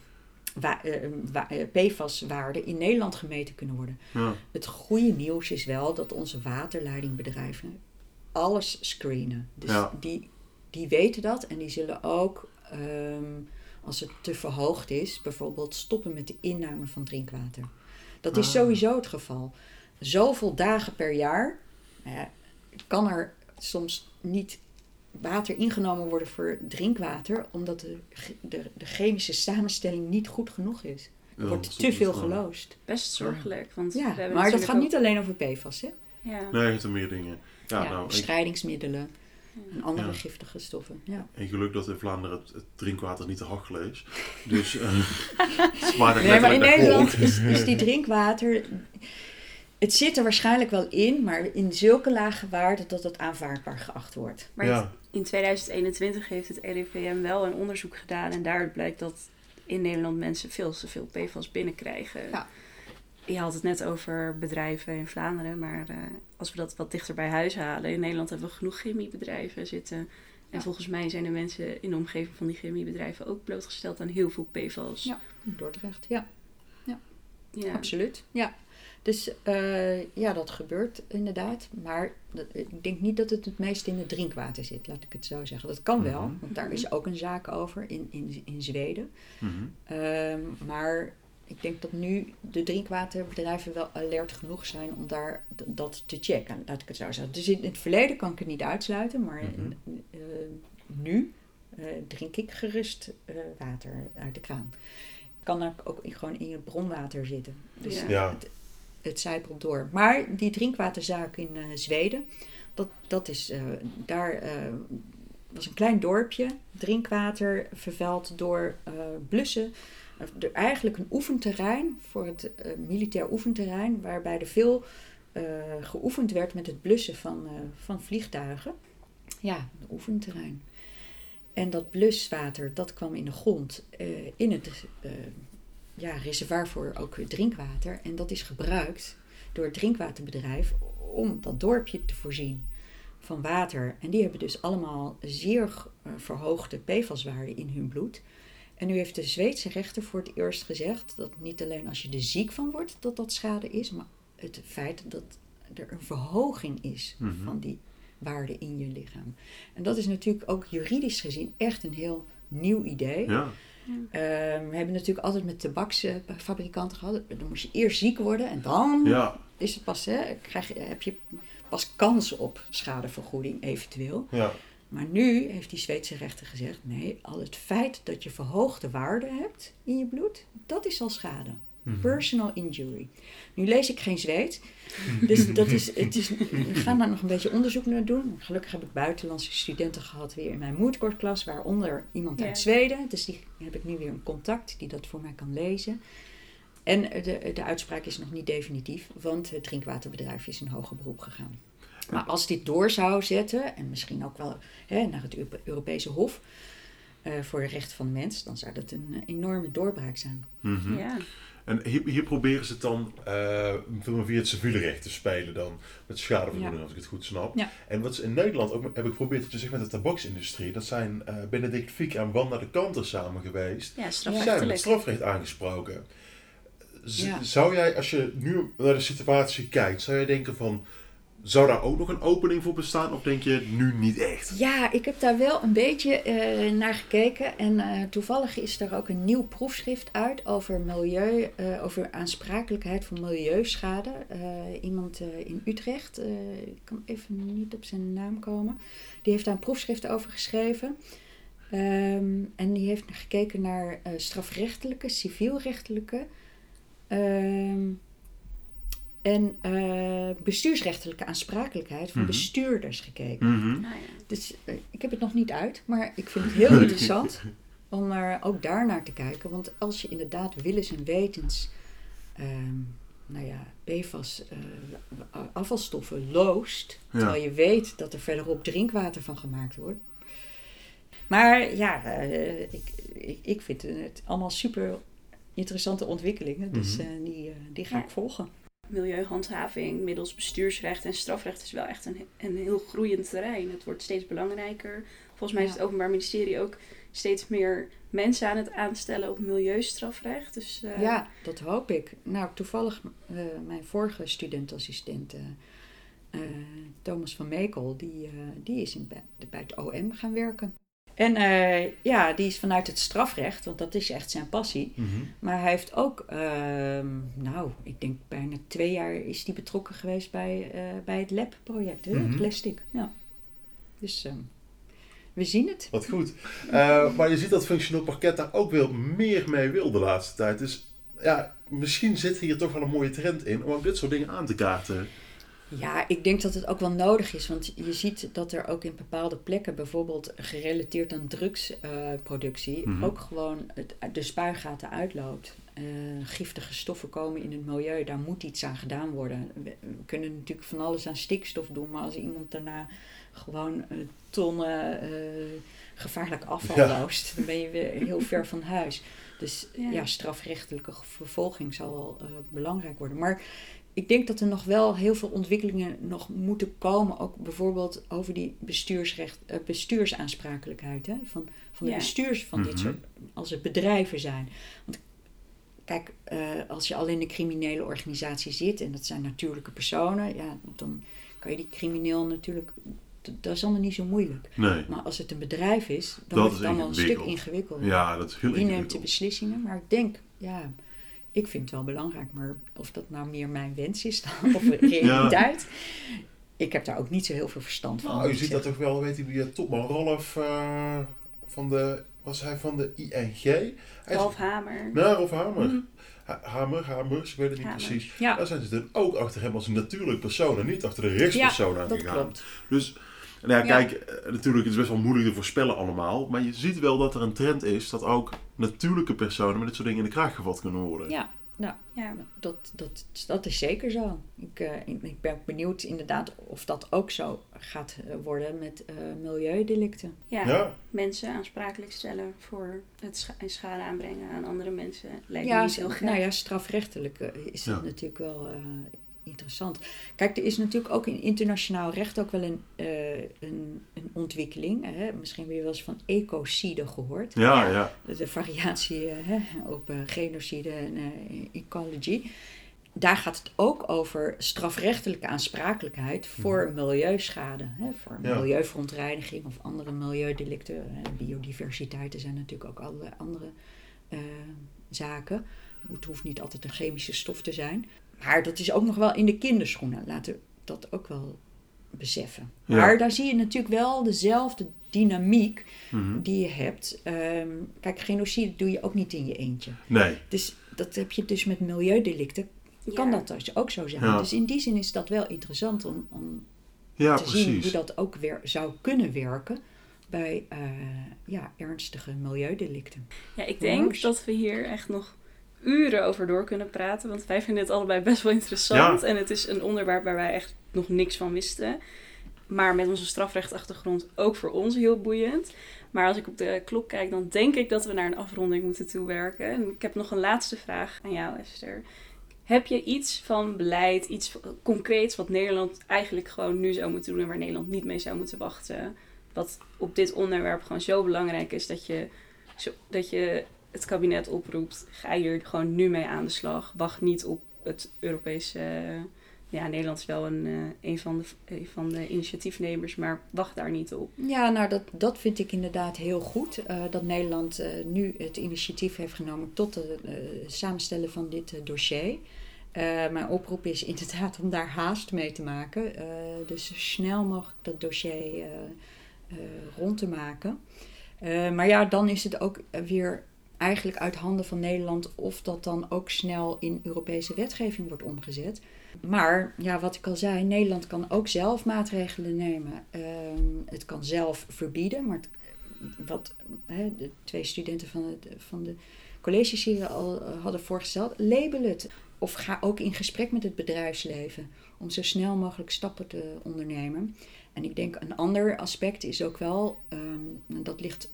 wa- uh, wa- uh, P F A S-waarden in Nederland gemeten kunnen worden. Ja. Het goede nieuws is wel dat onze waterleidingbedrijven alles screenen. Dus Ja. die, die weten dat en die zullen ook, um, als het te verhoogd is, bijvoorbeeld stoppen met de inname van drinkwater. Dat is Ah. sowieso het geval. Zoveel dagen per jaar nou ja, kan er soms niet water ingenomen worden voor drinkwater, omdat de, de, de chemische samenstelling niet goed genoeg is. Er Ja, dat wordt is te ook veel wel. geloosd. Best zorgelijk. Want Ja, we hebben maar dat natuurlijk gaat ook- niet alleen over P F A S, hè? Ja. Nee, het zijn meer dingen. Ja, Ja, nou, ik, bestrijdingsmiddelen en andere Ja. giftige stoffen. Ja. en geluk dat in Vlaanderen het, het drinkwater niet te hachelen is. Dus, uh, het smaakt echt Nee, maar letterlijk in naar Nederland kolk. is, is die drinkwater... Het zit er waarschijnlijk wel in, maar in zulke lage waarden dat het aanvaardbaar geacht wordt. Maar Ja. in tweeduizend eenentwintig heeft het R I V M wel een onderzoek gedaan. En daaruit blijkt dat in Nederland mensen veel te veel P F A S binnenkrijgen. Ja. Je had het net over bedrijven in Vlaanderen. Maar uh, als we dat wat dichter bij huis halen. In Nederland hebben we genoeg chemiebedrijven zitten. En Ja. volgens mij zijn de mensen in de omgeving van die chemiebedrijven ook blootgesteld aan heel veel P F A S. Ja, in Dordrecht, ja. Ja. Absoluut, ja. Dus uh, ja, dat gebeurt inderdaad. Maar dat, ik denk niet dat het het meest in het drinkwater zit, laat ik het zo zeggen. Dat kan wel, Mhm. want daar is ook een zaak over in, in, in Zweden. Mm-hmm. Um, maar ik denk dat nu de drinkwaterbedrijven wel alert genoeg zijn om daar d- dat te checken, laat ik het zo zeggen. Dus in het verleden kan ik het niet uitsluiten, maar Mhm. uh, nu uh, drink ik gerust uh, water uit de kraan. Kan ook, ook in, gewoon in je bronwater zitten. Dus Ja. Ja. het, het zijpelt door. Maar die drinkwaterzaak in uh, Zweden, dat, dat is uh, daar uh, was een klein dorpje, drinkwater vervuild door uh, blussen. Uh, eigenlijk een oefenterrein voor het uh, militair oefenterrein, waarbij er veel uh, geoefend werd met het blussen van, uh, van vliegtuigen. Ja, een oefenterrein. En dat bluswater, dat kwam in de grond, uh, in het uh, ja, reservoir voor ook drinkwater. En dat is gebruikt door het drinkwaterbedrijf om dat dorpje te voorzien van water. En die hebben dus allemaal zeer uh, verhoogde P F A S-waarden in hun bloed. En nu heeft de Zweedse rechter voor het eerst gezegd dat niet alleen als je er ziek van wordt dat dat schade is, maar het feit dat er een verhoging is Mm-hmm. van die waarde in je lichaam. En dat is natuurlijk ook juridisch gezien echt een heel nieuw idee. Ja. Uh, we hebben natuurlijk altijd met tabaksfabrikanten gehad. Dan moest je eerst ziek worden en dan Ja. is het pas, hè, krijg je, heb je pas kans op schadevergoeding eventueel. Ja. Maar nu heeft die Zweedse rechter gezegd, nee, al het feit dat je verhoogde waarden hebt in je bloed, dat is al schade. Mm-hmm. Personal injury. Nu lees ik geen Zweeds, dus dat is, het is, we gaan daar nog een beetje onderzoek naar doen. Gelukkig heb ik buitenlandse studenten gehad weer in mijn moodcourt-klas, waaronder iemand Ja. uit Zweden. Dus die heb ik nu weer een contact die dat voor mij kan lezen. En de, de uitspraak is nog niet definitief, want het drinkwaterbedrijf is in hoger beroep gegaan. Maar als dit door zou zetten, en misschien ook wel hè, naar het Euro- Europese Hof uh, voor de rechten van de mens, dan zou dat een uh, enorme doorbraak zijn. Mm-hmm. Ja. En hier, hier proberen ze het dan uh, via het civiele recht te spelen dan, met schadevergoeding, Ja. als ik het goed snap. Ja. En wat ze in Nederland ook hebben geprobeerd, wat je zegt met de tabaksindustrie, dat zijn uh, Benedict Fiek en Wanda de Kanter samen geweest. Ja, Die zijn met strafrechtelijk. strafrecht aangesproken. Z- Ja. Zou jij, als je nu naar de situatie kijkt, zou jij denken van, zou daar ook nog een opening voor bestaan? Of denk je nu niet echt? Ja, ik heb daar wel een beetje uh, naar gekeken. En uh, toevallig is er ook een nieuw proefschrift uit over milieu, uh, over aansprakelijkheid voor milieuschade. Uh, iemand uh, in Utrecht, uh, ik kan even niet op zijn naam komen, die heeft daar een proefschrift over geschreven. Um, en die heeft gekeken naar uh, strafrechtelijke, civielrechtelijke um, en uh, bestuursrechtelijke aansprakelijkheid van Mm-hmm. bestuurders gekeken. Mm-hmm. Nou ja. Dus uh, ik heb het nog niet uit, maar ik vind het heel interessant om er ook daar naar te kijken. Want als je inderdaad willens en wetens um, nou ja, P F A S uh, afvalstoffen loost, Ja. terwijl je weet dat er verderop drinkwater van gemaakt wordt. Maar ja, uh, ik, ik, ik vind het allemaal super interessante ontwikkelingen, dus uh, die, uh, die ga Ja. ik volgen. Milieuhandhaving middels bestuursrecht en strafrecht is wel echt een, een heel groeiend terrein. Het wordt steeds belangrijker. Volgens mij is het Ja. Openbaar Ministerie ook steeds meer mensen aan het aanstellen op milieustrafrecht. Dus, uh, Ja, dat hoop ik. Nou, toevallig uh, mijn vorige studentassistent, uh, uh, Thomas van Meekel, die, uh, die is in, bij het O M gaan werken. En uh, ja, die is vanuit het strafrecht, want dat is echt zijn passie. Mm-hmm. Maar hij heeft ook, uh, nou, ik denk bijna twee jaar is hij betrokken geweest bij, uh, bij het Lab-project, hè? Mm-hmm. Het plastic. Ja. Dus uh, we zien het. Wat goed. Uh, maar je ziet dat functioneel parket daar ook wel meer mee wil de laatste tijd. Dus ja, misschien zit hier toch wel een mooie trend in om ook dit soort dingen aan te kaarten. Ja, ik denk dat het ook wel nodig is, want je ziet dat er ook in bepaalde plekken, bijvoorbeeld gerelateerd aan drugsproductie, uh, Mm-hmm. ook gewoon het, de spuigaten uitloopt. Uh, giftige stoffen komen in het milieu, daar moet iets aan gedaan worden. We, we kunnen natuurlijk van alles aan stikstof doen, maar als iemand daarna gewoon uh, tonnen uh, gevaarlijk afval Ja. loost, dan ben je weer heel ver van huis. Dus Ja. ja, strafrechtelijke vervolging zal wel uh, belangrijk worden. Maar ik denk dat er nog wel heel veel ontwikkelingen nog moeten komen. Ook bijvoorbeeld over die bestuursrecht, uh, bestuursaansprakelijkheid. Hè? Van, van de Ja. bestuurs van Mm-hmm. dit soort, als het bedrijven zijn. Want kijk, uh, als je al in een criminele organisatie zit, en dat zijn natuurlijke personen, ja, dan kan je die crimineel natuurlijk, dat is allemaal niet zo moeilijk. Nee, Maar als het een bedrijf is, dan Dat wordt is het allemaal een stuk ingewikkeld. ingewikkelder. ja, dat is heel Wie neemt de ingewikkeld. beslissingen? Maar ik denk, ja, ik vind het wel belangrijk. Maar of dat nou meer mijn wens is dan, of realiteit. Ik heb daar ook niet zo heel veel verstand van. Nou, je moet ik ziet dat zeggen. toch wel, weet je, die topman Rolf uh, van de, was hij van de I N G? Hij is- Ralf Hamer. Ja, Rolf Hamer. Mm. Ha- Hamer, Hamers, ik weet het niet Hamers. precies. Ja, Daar zijn ze dan ook achter hem als een natuurlijk persoon en niet achter de rechtspersoon ja, dat aangegaan. klopt. Dus, nou ja, Ja. kijk, eh, natuurlijk het is best wel moeilijk te voorspellen allemaal, maar je ziet wel dat er een trend is dat ook natuurlijke personen met dit soort dingen in de kraag gevat kunnen worden. Ja, nou, Ja. dat, dat, dat is zeker zo. Ik, uh, ik, ik ben benieuwd inderdaad of dat ook zo gaat uh, worden met uh, milieudelicten. Ja, Ja. mensen aansprakelijk stellen voor het scha- schade aanbrengen aan andere mensen lijkt me Ja, niet heel gek. nou ja, strafrechtelijk uh, is dat Ja. natuurlijk wel uh, interessant. Kijk, er is natuurlijk ook in internationaal recht ook wel een, uh, een, een ontwikkeling. Hè? Misschien heb je wel eens van ecocide gehoord. Ja, ja. De variatie uh, hè, op uh, genocide en uh, ecology. Daar gaat het ook over strafrechtelijke aansprakelijkheid voor milieuschade. Hè, voor Ja. milieuverontreiniging of andere milieudelicten. Hè. Biodiversiteit, er zijn natuurlijk ook allerlei andere uh, zaken. Het hoeft niet altijd een chemische stof te zijn. Maar dat is ook nog wel in de kinderschoenen. Laten we dat ook wel beseffen. Ja. Maar daar zie je natuurlijk wel dezelfde dynamiek Mm-hmm. die je hebt. Um, kijk, genocide doe je ook niet in je eentje. Nee. Dus dat heb je dus met milieudelicten. Kan Ja. dat dus ook zo zijn. Ja. Dus in die zin is dat wel interessant om, om Ja, te zien precies. hoe dat ook weer zou kunnen werken bij uh, ja, ernstige milieudelicten. Ja, ik denk Moos. dat we hier echt nog uren over door kunnen praten. Want wij vinden het allebei best wel interessant. Ja. En het is een onderwerp waar wij echt nog niks van wisten. Maar met onze strafrechtachtergrond ook voor ons heel boeiend. Maar als ik op de klok kijk, dan denk ik dat we naar een afronding moeten toewerken. En ik heb nog een laatste vraag aan jou, Esther. Heb je iets van beleid, iets concreets wat Nederland eigenlijk gewoon nu zou moeten doen en waar Nederland niet mee zou moeten wachten? Wat op dit onderwerp gewoon zo belangrijk is dat je, zo, dat je het kabinet oproept. Ga hier gewoon nu mee aan de slag. Wacht niet op het Europese... Ja, Nederland is wel een, uh, een, van de, een van de initiatiefnemers, maar wacht daar niet op. Ja, nou dat, dat vind ik inderdaad heel goed. Uh, dat Nederland uh, nu het initiatief heeft genomen tot het uh, samenstellen van dit uh, dossier. Uh, mijn oproep is inderdaad om daar haast mee te maken. Uh, dus zo snel mogelijk dat dossier uh, uh, rond te maken. Uh, maar ja, dan is het ook weer eigenlijk uit handen van Nederland of dat dan ook snel in Europese wetgeving wordt omgezet. Maar ja, wat ik al zei, Nederland kan ook zelf maatregelen nemen. Uh, het kan zelf verbieden, maar het, wat hè, de twee studenten van, het, van de colleges hier al uh, hadden voorgesteld, label het. Of ga ook in gesprek met het bedrijfsleven om zo snel mogelijk stappen te ondernemen. En ik denk een ander aspect is ook wel, um, dat ligt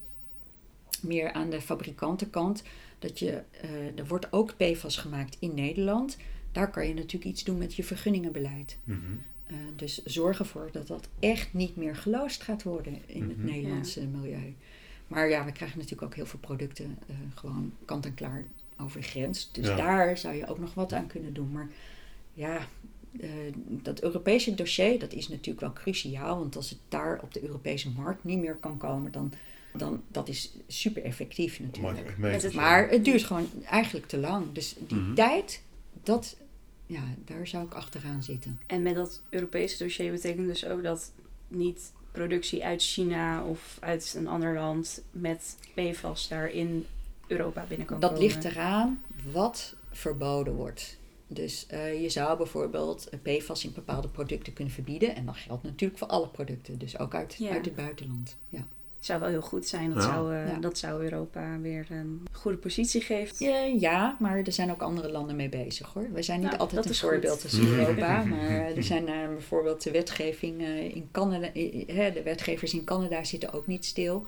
meer aan de fabrikantenkant, dat je, uh, er wordt ook P F A S gemaakt in Nederland. Daar kan je natuurlijk iets doen met je vergunningenbeleid. Mm-hmm. Uh, dus zorg ervoor dat dat echt niet meer geloosd gaat worden in mm-hmm. het Nederlandse ja. milieu. Maar ja, we krijgen natuurlijk ook heel veel producten uh, gewoon kant en klaar over de grens. Dus ja. daar zou je ook nog wat aan kunnen doen. Maar ja, uh, dat Europese dossier, dat is natuurlijk wel cruciaal. Want als het daar op de Europese markt niet meer kan komen, dan... dan dat is super effectief natuurlijk. Maar, het, maar het duurt gewoon eigenlijk te lang. Dus die mm-hmm. tijd, dat, ja, daar zou ik achteraan zitten. En met dat Europese dossier betekent dus ook dat niet productie uit China of uit een ander land met P F A S daar in Europa binnen kan dat komen? Dat ligt eraan wat verboden wordt. Dus uh, je zou bijvoorbeeld P F A S in bepaalde producten kunnen verbieden. En dat geldt natuurlijk voor alle producten. Dus ook uit, ja. uit het buitenland. Ja. Het zou wel heel goed zijn. Dat, ja. zou, uh, ja. dat zou Europa weer een goede positie geven. Ja, ja, maar er zijn ook andere landen mee bezig hoor. We zijn niet nou, altijd een voorbeeld goed. als Europa. Maar er zijn uh, bijvoorbeeld de wetgeving uh, in Canada. Uh, de wetgevers in Canada zitten ook niet stil.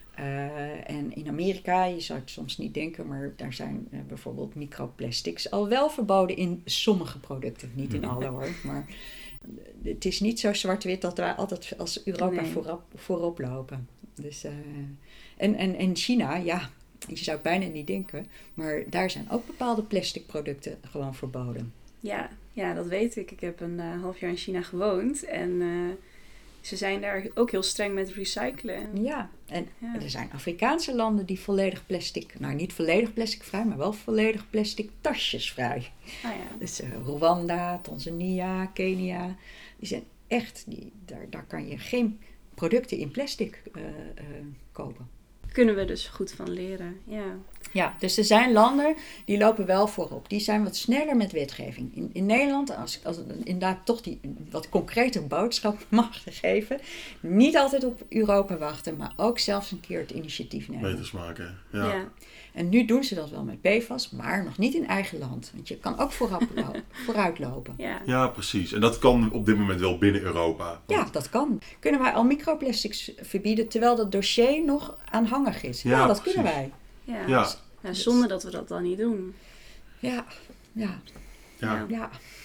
Uh, en in Amerika, je zou het soms niet denken, maar daar zijn uh, bijvoorbeeld microplastics al wel verboden in sommige producten. Niet in alle hoor, maar het is niet zo zwart-wit dat wij altijd als Europa nee. voorop, voorop lopen. Dus, uh, en, en, en China, ja, je zou het bijna niet denken, maar daar zijn ook bepaalde plastic producten gewoon verboden. Ja, ja, dat weet ik. Ik heb een uh, half jaar in China gewoond en uh, ze zijn daar ook heel streng met recyclen. Ja, en ja. er zijn Afrikaanse landen die volledig plastic, nou niet volledig plasticvrij, maar wel volledig plastic tasjesvrij. Ah, ja. Dus uh, Rwanda, Tanzania, Kenia, die zijn echt, die, daar, daar kan je geen producten in plastic uh, uh, kopen. Kunnen we dus goed van leren, ja. Ja, dus er zijn landen die lopen wel voorop. Die zijn wat sneller met wetgeving. In, in Nederland, als ik als inderdaad toch die wat concrete boodschap mag geven, niet altijd op Europa wachten, maar ook zelfs een keer het initiatief nemen. Meters maken, ja. ja. En nu doen ze dat wel met P F A S, maar nog niet in eigen land. Want je kan ook vooruit lopen. vooruit lopen. Ja. ja, precies. En dat kan op dit moment wel binnen Europa. Want... Ja, dat kan. Kunnen wij al microplastics verbieden terwijl dat dossier nog aanhangig is? Ja, ja dat precies. kunnen wij. Ja, ja. ja, zonder dat we dat dan niet doen. Ja, ja. Ja. ja.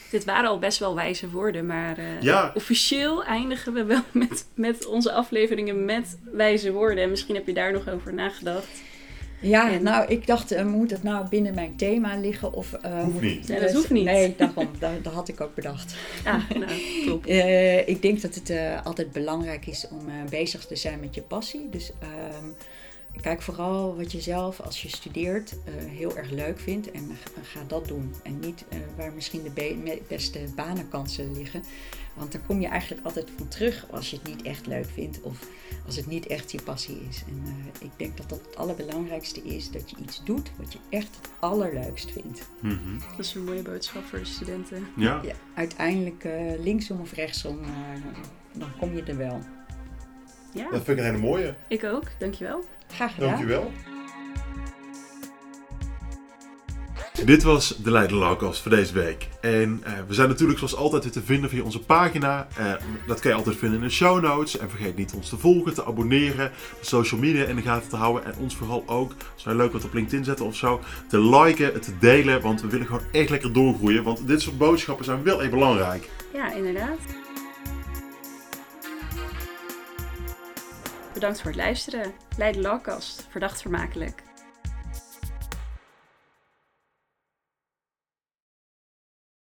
Dit waren al best wel wijze woorden, maar uh, Ja. officieel eindigen we wel met, met onze afleveringen met wijze woorden. En misschien heb je daar nog over nagedacht. Ja, En- nou, ik dacht, uh, moet het nou binnen mijn thema liggen? Of, uh, Hoeft moet- niet. Nee, dat hoeft niet. Nee, daarom, dat, dat had ik ook bedacht. Ah, nou, top. Uh, ik denk dat het uh, altijd belangrijk is om uh, bezig te zijn met je passie. Dus um, kijk vooral wat je zelf als je studeert uh, heel erg leuk vindt en uh, ga dat doen. En niet uh, waar misschien de be- beste banenkansen liggen. Want daar kom je eigenlijk altijd van terug als je het niet echt leuk vindt of als het niet echt je passie is. En uh, ik denk dat dat het allerbelangrijkste is, dat je iets doet wat je echt het allerleukst vindt. Mm-hmm. Dat is een mooie boodschap voor de studenten. Ja. Ja, uiteindelijk uh, linksom of rechtsom, uh, dan kom je er wel. Ja, Dat vind ik een hele mooie. ik ook. Dankjewel. Graag gedaan. Dankjewel. Dit was de Leiderlauwkast voor deze week. En uh, we zijn natuurlijk zoals altijd weer te vinden via onze pagina. Uh, dat kan je altijd vinden in de show notes. En vergeet niet ons te volgen, te abonneren, de social media in de gaten te houden. En ons vooral ook, als wij leuk wat op LinkedIn zetten of zo, te liken, te delen. Want we willen gewoon echt lekker doorgroeien. Want dit soort boodschappen zijn wel echt belangrijk. Ja, inderdaad. Bedankt voor het luisteren. Leiderlauwkast. Verdacht vermakelijk.